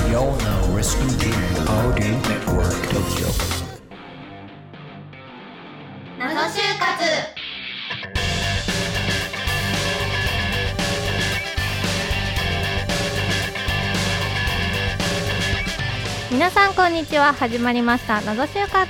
You're now listening to Audio Network Tokyo. 謎就活。皆さんこんにちは。始まりました謎就活。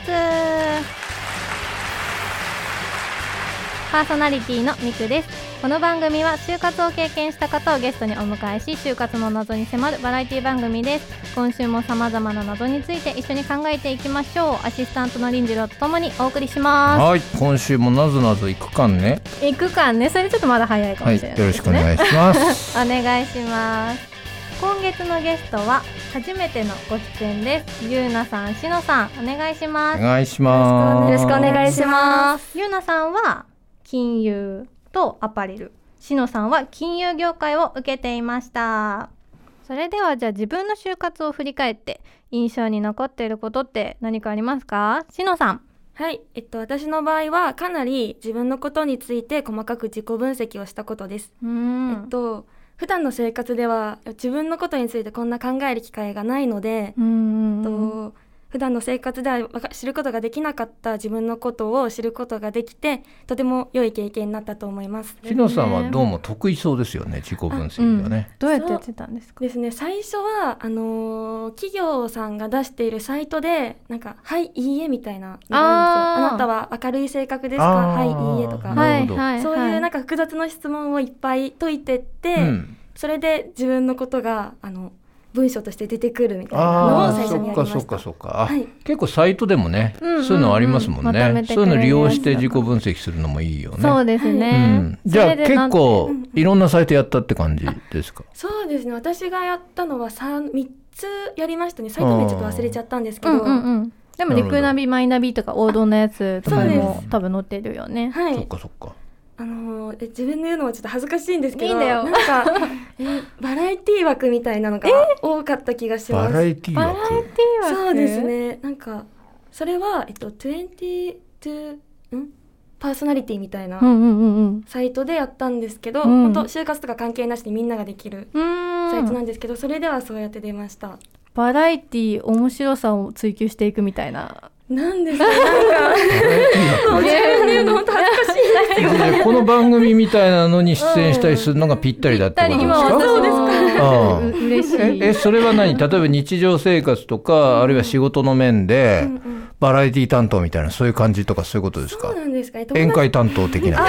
パーソナリティのみくです。この番組は就活を経験した方をゲストにお迎えし、就活の謎に迫るバラエティ番組です。今週も様々な謎について一緒に考えていきましょう。アシスタントの林次郎とともにお送りします。 はい、今週もなぞなぞ行くかんね。 行くかんね。それちょっとまだ早いかもしれないですね。 はい、よろしくお願いしますお願いします。今月のゲストは初めてのご出演です。ゆうなさん、しのさん、お願いします。 お願いします。 よろしくお願いします。ゆうなさんは金融とアパレル、しのさんは金融業界を受けていました。それではじゃあ自分の就活を振り返って印象に残っていることって何かありますか？しのさん。 はい、私の場合はかなり自分のことについて細かく自己分析をしたことです。普段の生活では自分のことについてこんな考える機会がないので、普段の生活では知ることができなかった自分のことを知ることができて、とても良い経験になったと思います。 しのさんはどうも得意そうですよね、自己分析がね。 どうやってやってたんですか？ ですね、最初は企業さんが出しているサイトでなんかはい、いいえみたいなのがあるんですよ。あなたは明るい性格ですか？はい、いいえとか、そういうなんか複雑な質問をいっぱい解いてって、それで自分のことが文章として出てくるみたいなのを最初にやりました。 そうか、結構サイトでもね、そういうのありますもんね。そういうの利用して自己分析するのもいいよね。 そうですね、 じゃあ結構いろんなサイトやったって感じですか？ そうですね、私がやったのは3つやりましたね。サイト名ちょっと忘れちゃったんですけど、 でもリクナビマイナビとか王道のやつとかにも多分載ってるよね。 はい、 そっか。 自分で言うのはちょっと恥ずかしいんですけど、 いいんだよ。 なんかバラエティ枠みたいなのが多かった気がします。 バラエティ枠。 そうですね。なんかそれは22パーソナリティみたいなサイトでやったんですけど、本当就活とか関係なしにみんなができるサイトなんですけど、それではそうやって出ました。 バラエティ面白さを追求していくみたいな。 なんですか、なんか自分で言うの本当恥ずかしいですよ。 この番組みたいなのに出演したりするのがぴったりだってことですか？ そうですか。 嬉しい。 それは何？例えば日常生活とか、あるいは仕事の面でバラエティ担当みたいな、そういう感じとかそういうことですか？ そうなんですか。 宴会担当的な。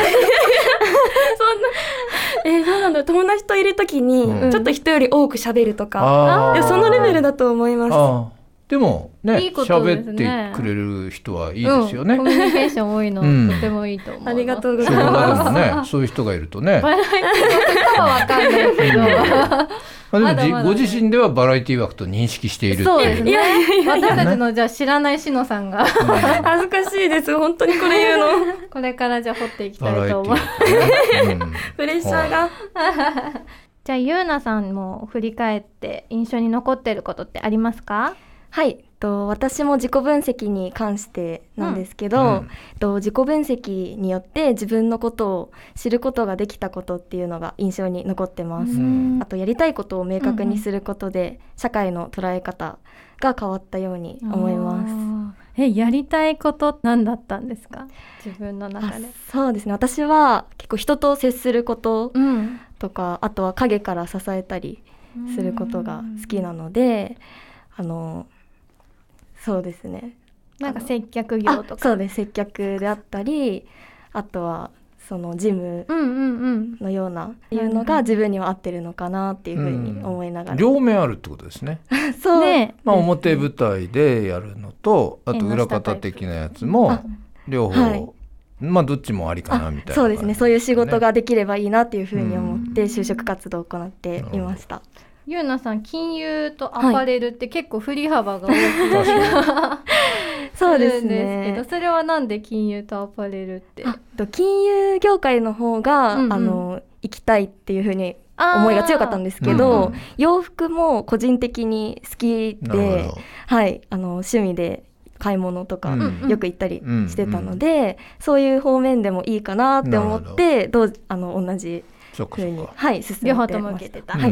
そうなんだ。友達といるときにちょっと人より多く喋るとか、そのレベルだと思います。 でもね、 喋ってくれる人はいいですよね。 コミュニケーション多いのとてもいいと思う。 ありがとうございます。 職場でもね、そういう人がいるとね。 バラエティ枠かは分かんないけど。 でもご自身ではバラエティ枠と認識しているっていう。 そうですね。私たちのじゃあ知らないしのさんが恥ずかしいです。本当にこれ言うの。 これからじゃあ掘っていきたいと思う。 プレッシャーが。 じゃあゆうなさんも振り返って印象に残っていることってありますか？ はい、私も自己分析に関してなんですけど、自己分析によって自分のことを知ることができたことっていうのが印象に残ってます。あとやりたいことを明確にすることで、社会の捉え方が変わったように思います。 やりたいこと何だったんですか？自分の中で。 そうですね、私は結構人と接することとか、あとは陰から支えたりすることが好きなので、そうですね、 なんか接客業とか。 そうです、接客であったり、あとはそのジムのようないうのが自分には合ってるのかなっていうふうに思いながら、 両面あるってことですね。 そうね、 表舞台でやるのと、あと裏方的なやつも両方、どっちもありかなみたいな。 そうですね、そういう仕事ができればいいなっていうふうに思って就職活動を行っていました。 ゆうなさん、金融とアパレルって結構振り幅が大きい、 そうですね。 それはなんで金融とアパレルって？ 金融業界の方が、行きたいっていうふうに思いが強かったんですけど、洋服も個人的に好きで、趣味で買い物とかよく行ったりしてたので、そういう方面でもいいかなって思って同じふうに進めてました。 両方とも受けてた。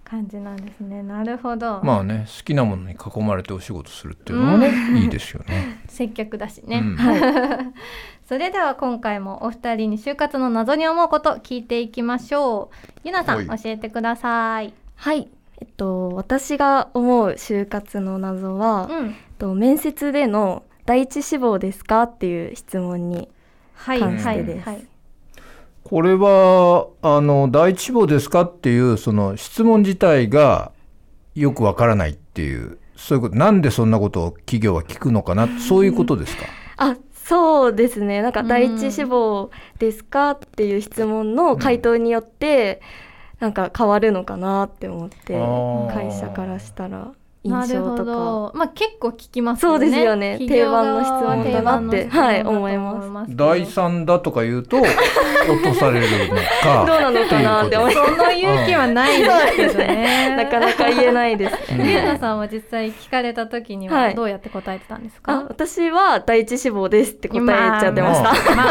感じなんですね。なるほど。 まあね、好きなものに囲まれてお仕事するっていうのもね、いいですよね。 接客だしね、 はいそれでは今回もお二人に就活の謎に思うこと聞いていきましょう。ゆなさん、教えてください。 はい、私が思う就活の謎は、面接での第一志望ですかっていう質問に関してです。 これは第一志望ですかっていうその質問自体がよくわからないっていう、そういうこと。なんでそんなことを企業は聞くのかな、そういうことですか？ そうですね。なんか第一志望ですかっていう質問の回答によってなんか変わるのかなって思って、会社からしたら印象とか。 まあ、結構聞きますよね。 そうですよね。定番の質問だなって、思います。 第三だとか言うと落とされるのかどうなのかなって思います。 その勇気はないですけどね。 なかなか言えないです。 ゆうなさんは実際聞かれた時にはどうやって答えてたんですか？ 私は第一志望ですって答えちゃってました。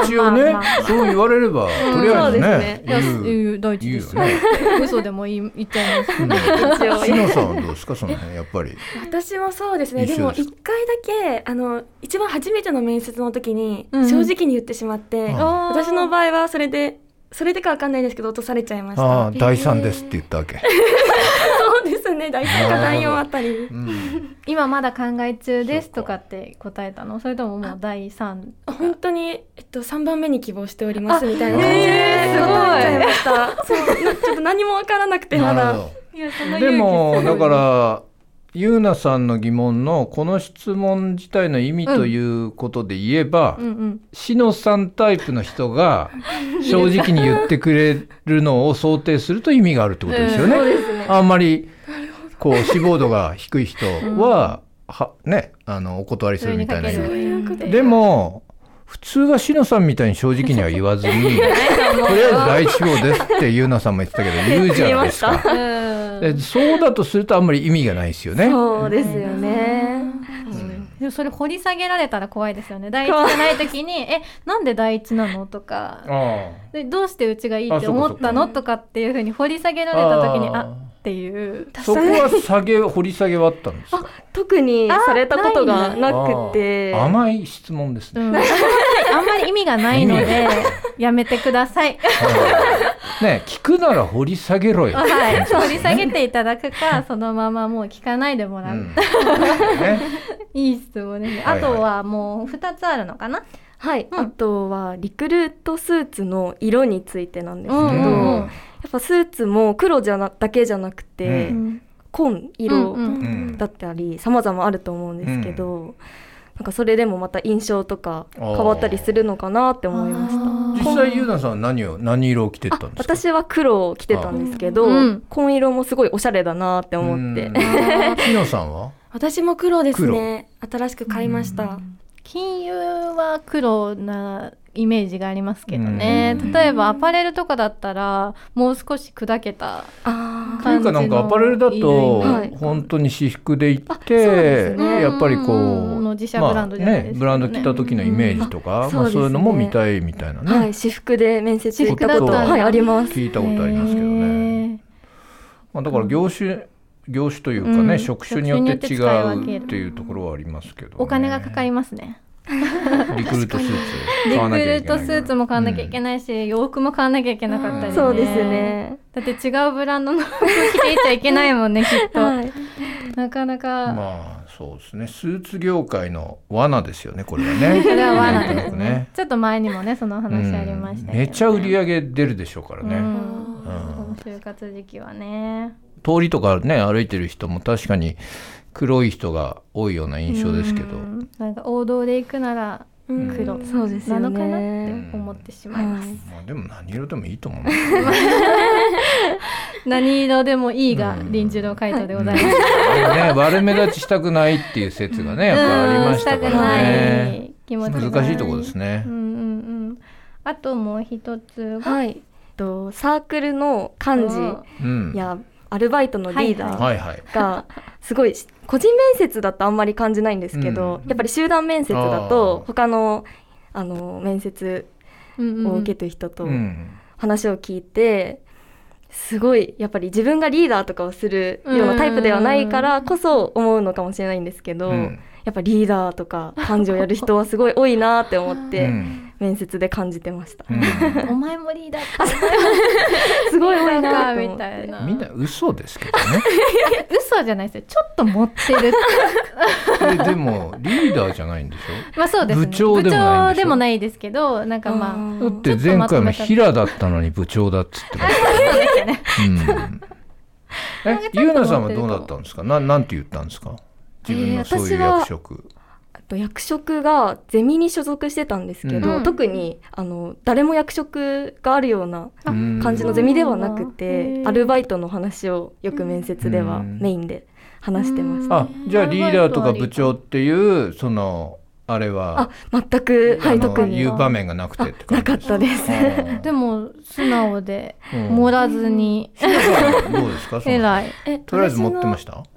一応ね、そう言われればとりあえずね、 第一ですよね。嘘でも言っちゃいます。 しのさんはどうですか、その辺。やっぱり私もそうですね。でも一回だけ一番初めての面接の時に正直に言ってしまって、私の場合はそれでかわかんないですけど落とされちゃいました。 第3ですって言ったわけ。 そうですね。第3か第4あたり、 今まだ考え中ですとかって答えたの？それとももう第3？ 本当に、3番目に希望しておりますみたいな感じで答えちゃいました。そうちょっと何もわからなくてまだ。 でもだからゆうなさんの疑問のこの質問自体の意味ということで言えば、しのさんタイプの人が正直に言ってくれるのを想定すると意味があるってことですよね。あんまりこう志望度が低い人は、ね、お断りするみたいな。でも普通はしのさんみたいに正直には言わずにとりあえず第一志望ですってゆうなさんも言ってたけど言うじゃないですか。そうだとするとあんまり意味がないですよね。 そうですよね。 でもそれ掘り下げられたら怖いですよね。第一じゃない時になんで第一なのとか、でどうしてうちがいいって思ったのとかっていうふうに掘り下げられた時にっていう。 そこは掘り下げはあったんですか？ 特にされたことがなくて。 甘い質問ですね。 あんまり意味がないのでやめてください。 ね、聞くなら掘り下げろよ。 掘り下げていただくか、そのままもう聞かないでもらう。いい質問ですね。あとはもう2つあるのかな。 はい、あとはリクルートスーツの色についてなんですけど、やっぱスーツも黒だけじゃなくて、紺色だったり様々あると思うんですけど、なんかそれでもまた印象とか変わったりするのかなって思いました。 実際ゆうなさんは何色を着てたんですか？ 私は黒を着てたんですけど、紺色もすごいおしゃれだなって思って。 しのさんは？ 私も黒ですね。新しく買いました。 金融は黒なイメージがありますけどね。例えばアパレルとかだったらもう少し砕けた感じの。というかなんかアパレルだと本当に私服で行って、やっぱりこう自社ブランドじゃないですかね。 ブランド着た時のイメージとか、そういうのも見たいみたいなね。 はい、私服で面接行ったことはあります。 聞いたことありますけどね。だから業種というかね、職種によって違うっていうところはありますけど、 お金がかかりますね。 リクルートスーツも買わなきゃいけないし、洋服も買わなきゃいけなかったりね。 そうですね。 だって違うブランドの服着ていちゃいけないもんね、きっと。なかなか。 まあそうですね。スーツ業界の罠ですよね、これはね。 それは罠ですね。ちょっと前にもね、その話ありましたけど。 めちゃ売り上げ出るでしょうからね。 就活時期はね。 通りとかね歩いてる人も確かに黒い人が多いような印象ですけど、 なんか王道で行くなら黒なのかなって思ってしまいます。 でも何色でもいいと思う。 何色でもいいが臨時の回答でございます。 悪目立ちしたくないっていう説がねやっぱありましたからね。難しいところですね。 あともう一つが、 サークルの幹事やアルバイトのリーダーがすごい個人面接だとあんまり感じないんですけど、やっぱり集団面接だと他の面接を受けてる人と話を聞いて、 すごいやっぱり自分がリーダーとかをするようなタイプではないからこそ思うのかもしれないんですけど、やっぱリーダーとか幹事をやる人はすごい多いなって思って面接で感じてました。 お前もリーダーってすごい多いなみたいな。 みんな嘘ですけどね。 嘘じゃないですよ。ちょっと持ってるってでもリーダーじゃないんでしょ。 まあそうですね。 部長でもないんでしょ。 部長でもないですけど、なんかまあだって前回も平だったのに部長だっつってましたね。ゆうなさんはどうだったんですか。なんて言ったんですか。自分のそういう役職。 役職がゼミに所属してたんですけど、特に誰も役職があるような感じのゼミではなくて、アルバイトの話をよく面接ではメインで話してました。 じゃあリーダーとか部長っていうそのあれは全く、特に言う場面がなくてって感じなかったです。 でも素直で盛らずに、 どうですか。 偉い。 とりあえず持ってました。そん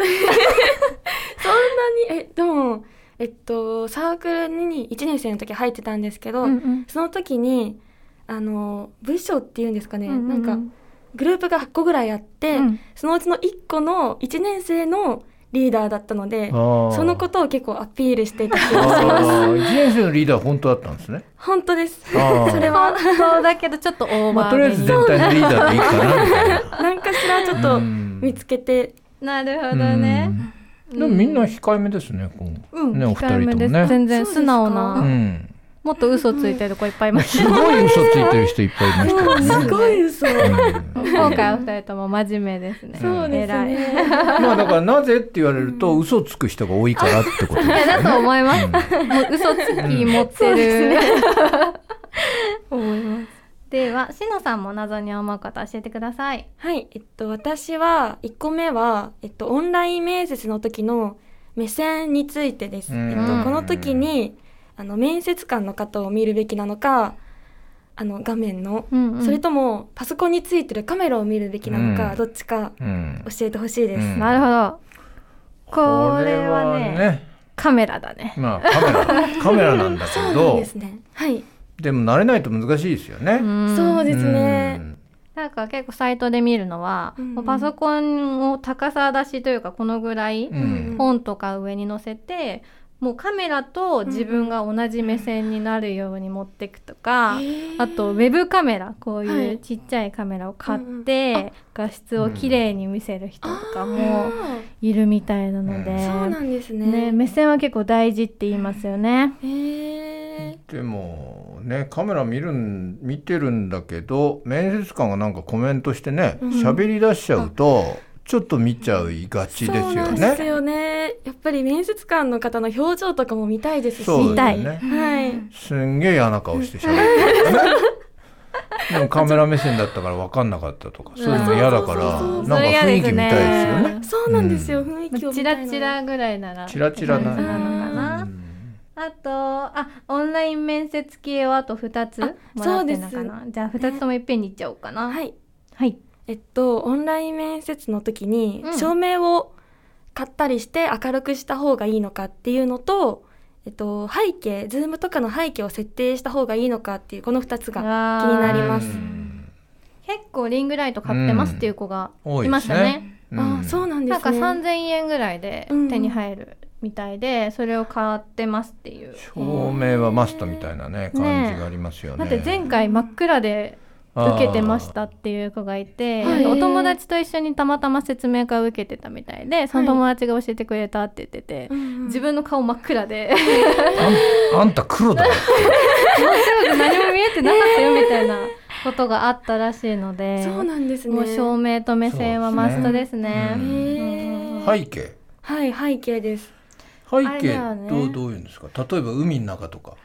なにでもサークルに1年生の時入ってたんですけど、その時に部署っていうんですかね、なんかグループが8個ぐらいあって、そのうちの1個の1年生のリーダーだったので、そのことを結構アピールしていた気がします。 1年生のリーダー本当だったんですね。 本当です。それは本当だけどちょっとオーバー、 とりあえず全体のリーダーでいいかなみたいな。 なんかしらちょっと見つけて。 なるほどね。 でもみんな控えめですね。ね、お二人ともね。 全然素直な。もっと嘘ついてる子いっぱいいました。 すごい嘘ついてる人いっぱいいましたね。 すごい嘘。 今回お二人とも真面目ですね。 そうですね。 まあだからなぜって言われると嘘つく人が多いからってことですね。 だと思います。もう嘘つき持ってる。思います。ではしのさんも謎に思うこと教えてください。 はい、私は1個目は、オンライン面接の時の目線についてです。この時に面接官の方を見るべきなのか、画面の、それともパソコンについてるカメラを見るべきなのか、どっちか教えてほしいです。 なるほど。これはね、カメラだね。 まあカメラなんだけど。 そうですね。はい。 でも慣れないと難しいですよね。 そうですね。 なんか結構サイトで見るのは、パソコンを高さ出しというかこのぐらい本とか上に載せて、もうカメラと自分が同じ目線になるように持っていくとか、あとウェブカメラ、こういうちっちゃいカメラを買って画質をきれいに見せる人とかもいるみたいなので、 そうなんですね。 目線は結構大事って言いますよね。 でもね、カメラ見てるんだけど、面接官がなんかコメントしてね、喋り出しちゃうとちょっと見ちゃいがちですよね。そうなんですよね。 やっぱり面接官の方の表情とかも見たいですし、 見たい。 はい。 すんげえ嫌な顔して喋ってるね。でもカメラ目線だったから分かんなかったとか、そういうの嫌だから、なんか雰囲気見たいですよね。 そうなんですよ。雰囲気を見たい。 チラチラぐらいなら。 チラチラなのかな。あとオンライン面接系をあと2つもらってるのかな。じゃあ2つともいっぺんにいっちゃおうかな。 はいはい。 オンライン面接の時に照明を買ったりして明るくした方がいいのかっていうのと、背景、ズームとかの背景を設定した方がいいのかっていう、この2つが気になります。 結構リングライト買ってますっていう子がいましたね。 そうなんですね。 なんか3000円ぐらいで手に入るみたいで、それを買ってますっていう。 照明はマストみたいなね、感じがありますよね。 だって前回真っ暗で受けてましたっていう子がいて、お友達と一緒にたまたま説明会を受けてたみたいで、その友達が教えてくれたって言ってて、自分の顔真っ暗であんた黒だよって黒で何も見えてなかったよみたいなことがあったらしいので、 そうなんですね。 もう照明と目線はマストですね。 背景、 はい、背景です。 背景どういうんですか。例えば海の中とか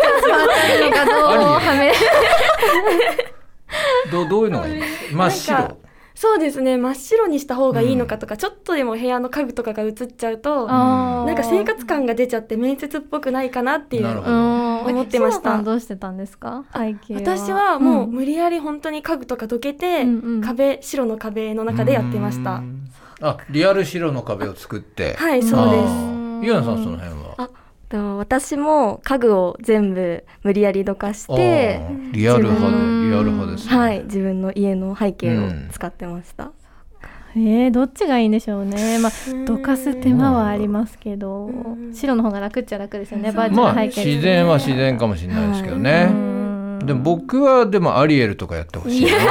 どういうのがいいですか。真っ白。 そうですね、真っ白にした方がいいのかとか、ちょっとでも部屋の家具とかが映っちゃうと、なんか生活感が出ちゃって面接っぽくないかなっていう思ってました。 どうしてたんですか、背景は。 私はもう無理やり本当に家具とかどけて、白の壁の中でやってました。 リアル白の壁を作って。 はい、そうです。 ゆうなさんその辺は。 私も家具を全部無理やりどかしてリアル派ですね。 はい、自分の家の背景を使ってました。 どっちがいいんでしょうね。どかす手間はありますけど、白の方が楽っちゃ楽ですよね。バーチャル背景、 自然は自然かもしれないですけどね。でも僕はでもアリエルとかやってほしいな。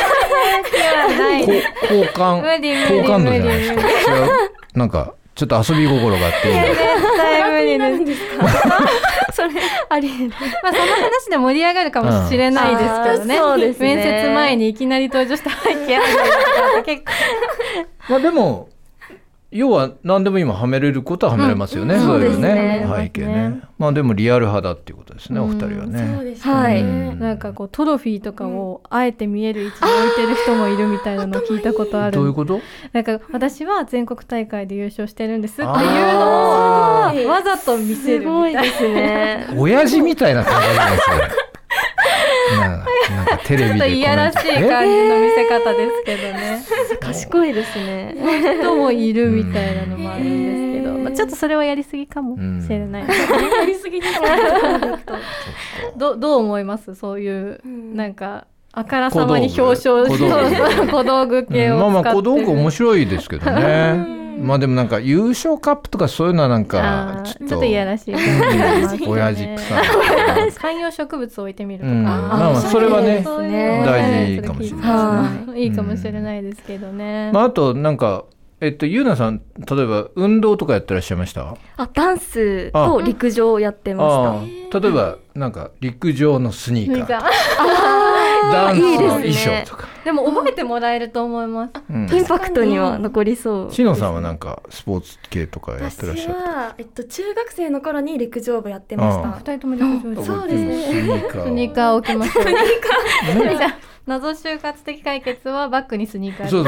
好感度じゃないですか。なんかちょっと遊び心があっていい。 絶対無理ですか。それありえる。その話で盛り上がるかもしれないですけどね。 そうですね。 面接前にいきなり登場した背景ある結構。 でも要は何でも今はめれることははめれますよね。そういうね、背景ね。でもリアル派だっていうことですね、お二人はね。 そうですね。 はい。 なんかこうトロフィーとかをあえて見える位置に置いてる人もいるみたいなのを聞いたことある。 どういうこと？ なんか私は全国大会で優勝してるんですっていうのをわざと見せるみたいですね。 親父みたいな感じですね。なんかテレビでちょっといやらしい感じの見せ方ですけどね。 賢いですね。 人もいるみたいなのもあるんですけど、ちょっとそれはやりすぎかもしれないですね。 やりすぎですね。 どう思います？そういうなんかあからさまに表彰して小道具系を使ってる。 小道具面白いですけどね。でもなんか優勝カップとかそういうのはなんかちょっといやらしい親父臭い。 観葉植物を置いてみるとか、 それはね大事かもしれないですね。 いいかもしれないですけどね。 あとなんかゆうなさん、例えば運動とかやってらっしゃいました？ ダンスと陸上をやってました。例えばなんか陸上のスニーカーとかダンスの衣装とか。 でも覚えてもらえると思います。 インパクトには残りそう。 しのさんはなんかスポーツ系とかやってらっしゃる？ 私は中学生の頃に陸上部やってました。 二人とも陸上。 そうですね。 スニーカー置きましょう。謎就活的解決はバッグにスニーカー。 そう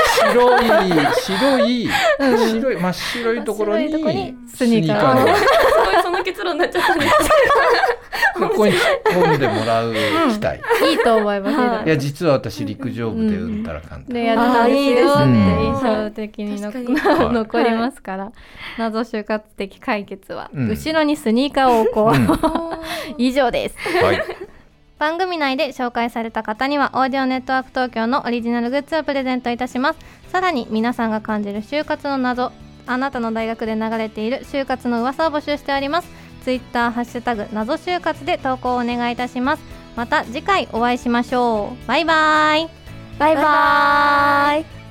白い真っ白いところにスニーカー。 その結論になっちゃったんですここに込んでもらう期待。 いいと思います。 いや実は私陸上部でうんたらかんたらでやったんですよって印象的に残りますから。謎就活的解決は後ろにスニーカーを置こう。以上です。番組内で紹介された方にはオーディオネットワーク東京のオリジナルグッズをプレゼントいたします。さらに皆さんが感じる就活の謎、あなたの大学で流れている就活の噂を募集しております。ツイッターハッシュタグ謎就活で投稿をお願いいたします。また次回お会いしましょう。バイバイ。 バイバイ。